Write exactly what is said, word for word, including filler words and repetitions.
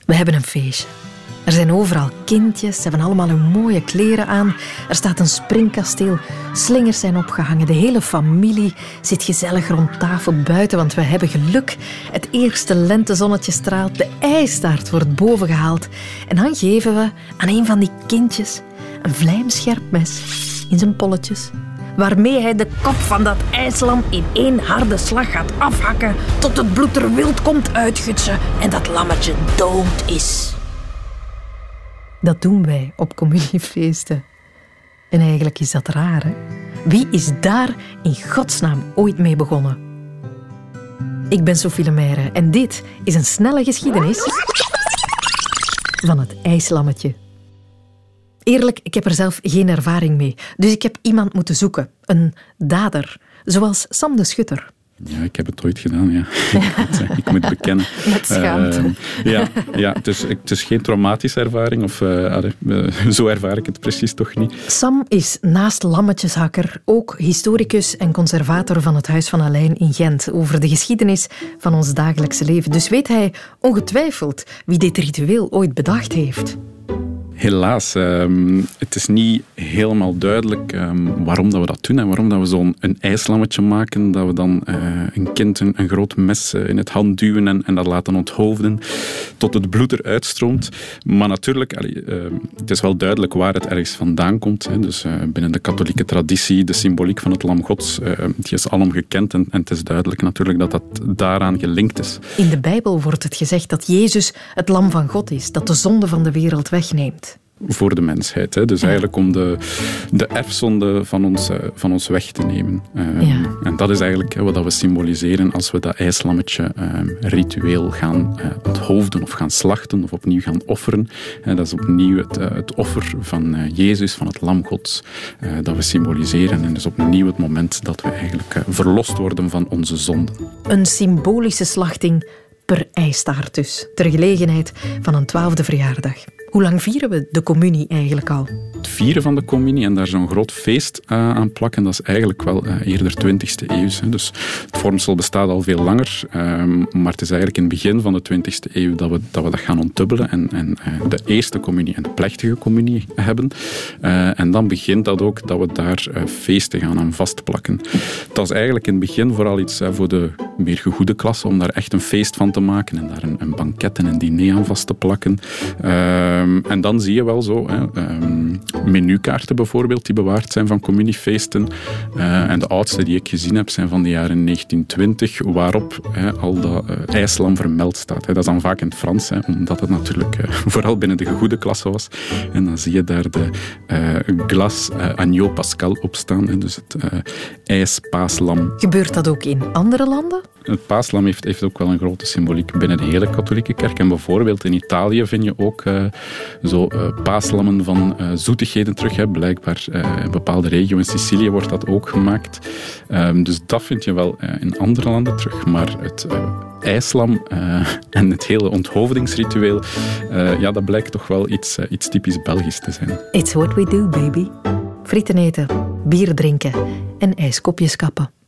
We hebben een feestje. Er zijn overal kindjes, ze hebben allemaal hun mooie kleren aan. Er staat een springkasteel, slingers zijn opgehangen. De hele familie zit gezellig rond tafel buiten, want we hebben geluk. Het eerste lentezonnetje straalt, de ijstaart wordt bovengehaald. En dan geven we aan een van die kindjes een vlijmscherp mes in zijn polletjes, waarmee hij de kop van dat ijslam in één harde slag gaat afhakken tot het bloed er wild komt uitgutsen en dat lammetje dood is. Dat doen wij op communiefeesten. En eigenlijk is dat raar, hè? Wie is daar in godsnaam ooit mee begonnen? Ik ben Sophie Lemaire en dit is een snelle geschiedenis van het ijslammetje. Eerlijk, ik heb er zelf geen ervaring mee. Dus ik heb iemand moeten zoeken. Een dader. Zoals Sam de Schutter. Ja, ik heb het ooit gedaan, ja. Ik moet bekennen. Met schaamte. Uh, ja, ja het, is, het is geen traumatische ervaring. Of, uh, uh, zo ervaar ik het precies toch niet. Sam is naast lammetjeshakker ook historicus en conservator van het Huis van Alein in Gent. Over de geschiedenis van ons dagelijkse leven. Dus weet hij ongetwijfeld wie dit ritueel ooit bedacht heeft. Helaas, um, het is niet helemaal duidelijk um, waarom dat we dat doen en waarom dat we zo'n een ijslammetje maken, dat we dan uh, een kind een, een groot mes uh, in het hand duwen en, en dat laten onthoofden tot het bloed eruit stroomt. Maar natuurlijk, allee, uh, het is wel duidelijk waar het ergens vandaan komt. Hè. Dus uh, binnen de katholieke traditie, de symboliek van het lam Gods, uh, die is alom gekend en, en het is duidelijk natuurlijk dat dat daaraan gelinkt is. In de Bijbel wordt het gezegd dat Jezus het lam van God is, dat de zonde van de wereld wegneemt. Voor de mensheid. Hè. Dus eigenlijk om de, de erfzonde van ons, uh, van ons weg te nemen. Um, ja. En dat is eigenlijk hè, wat we symboliseren als we dat ijslammetje um, ritueel gaan uh, onthoofden of gaan slachten of opnieuw gaan offeren. En dat is opnieuw het, uh, het offer van uh, Jezus, van het lam Gods, uh, dat we symboliseren. En dat is opnieuw het moment dat we eigenlijk uh, verlost worden van onze zonden. Een symbolische slachting per ijstaart dus, ter gelegenheid van een twaalfde verjaardag. Hoe lang vieren we de communie eigenlijk al? Het vieren van de communie en daar zo'n groot feest uh, aan plakken, dat is eigenlijk wel uh, eerder twintigste eeuw. Dus het vormsel bestaat al veel langer, um, maar het is eigenlijk in het begin van de twintigste eeuw dat we dat, we dat gaan ontdubbelen en, en uh, de eerste communie en de plechtige communie hebben. Uh, en dan begint dat ook dat we daar uh, feesten gaan aan vastplakken. Dat is eigenlijk in het begin vooral iets uh, voor de meer gegoede klasse, om daar echt een feest van te maken en daar een, een banket en een diner aan vast te plakken. Uh, Um, en dan zie je wel zo hè, um, menukaarten bijvoorbeeld die bewaard zijn van communiefeesten. Uh, en de oudste die ik gezien heb zijn van de jaren negentien twintig, waarop hè, al dat uh, ijslam vermeld staat. Hè. Dat is dan vaak in het Frans, hè, omdat het natuurlijk uh, vooral binnen de gegoede klasse was. En dan zie je daar de uh, glace uh, agneau pascal op staan, hè, dus het uh, ijspaaslam. Gebeurt dat ook in andere landen? Het paaslam heeft, heeft ook wel een grote symboliek binnen de hele katholieke kerk. En bijvoorbeeld in Italië vind je ook uh, zo uh, paaslammen van uh, zoetigheden terug. Hè. Blijkbaar uh, in een bepaalde regio in Sicilië wordt dat ook gemaakt. Um, dus dat vind je wel uh, in andere landen terug. Maar het uh, ijslam uh, en het hele onthoofdingsritueel, uh, ja, dat blijkt toch wel iets, uh, iets typisch Belgisch te zijn. It's what we do, baby. Frieten eten, bier drinken en ijskopjes kappen.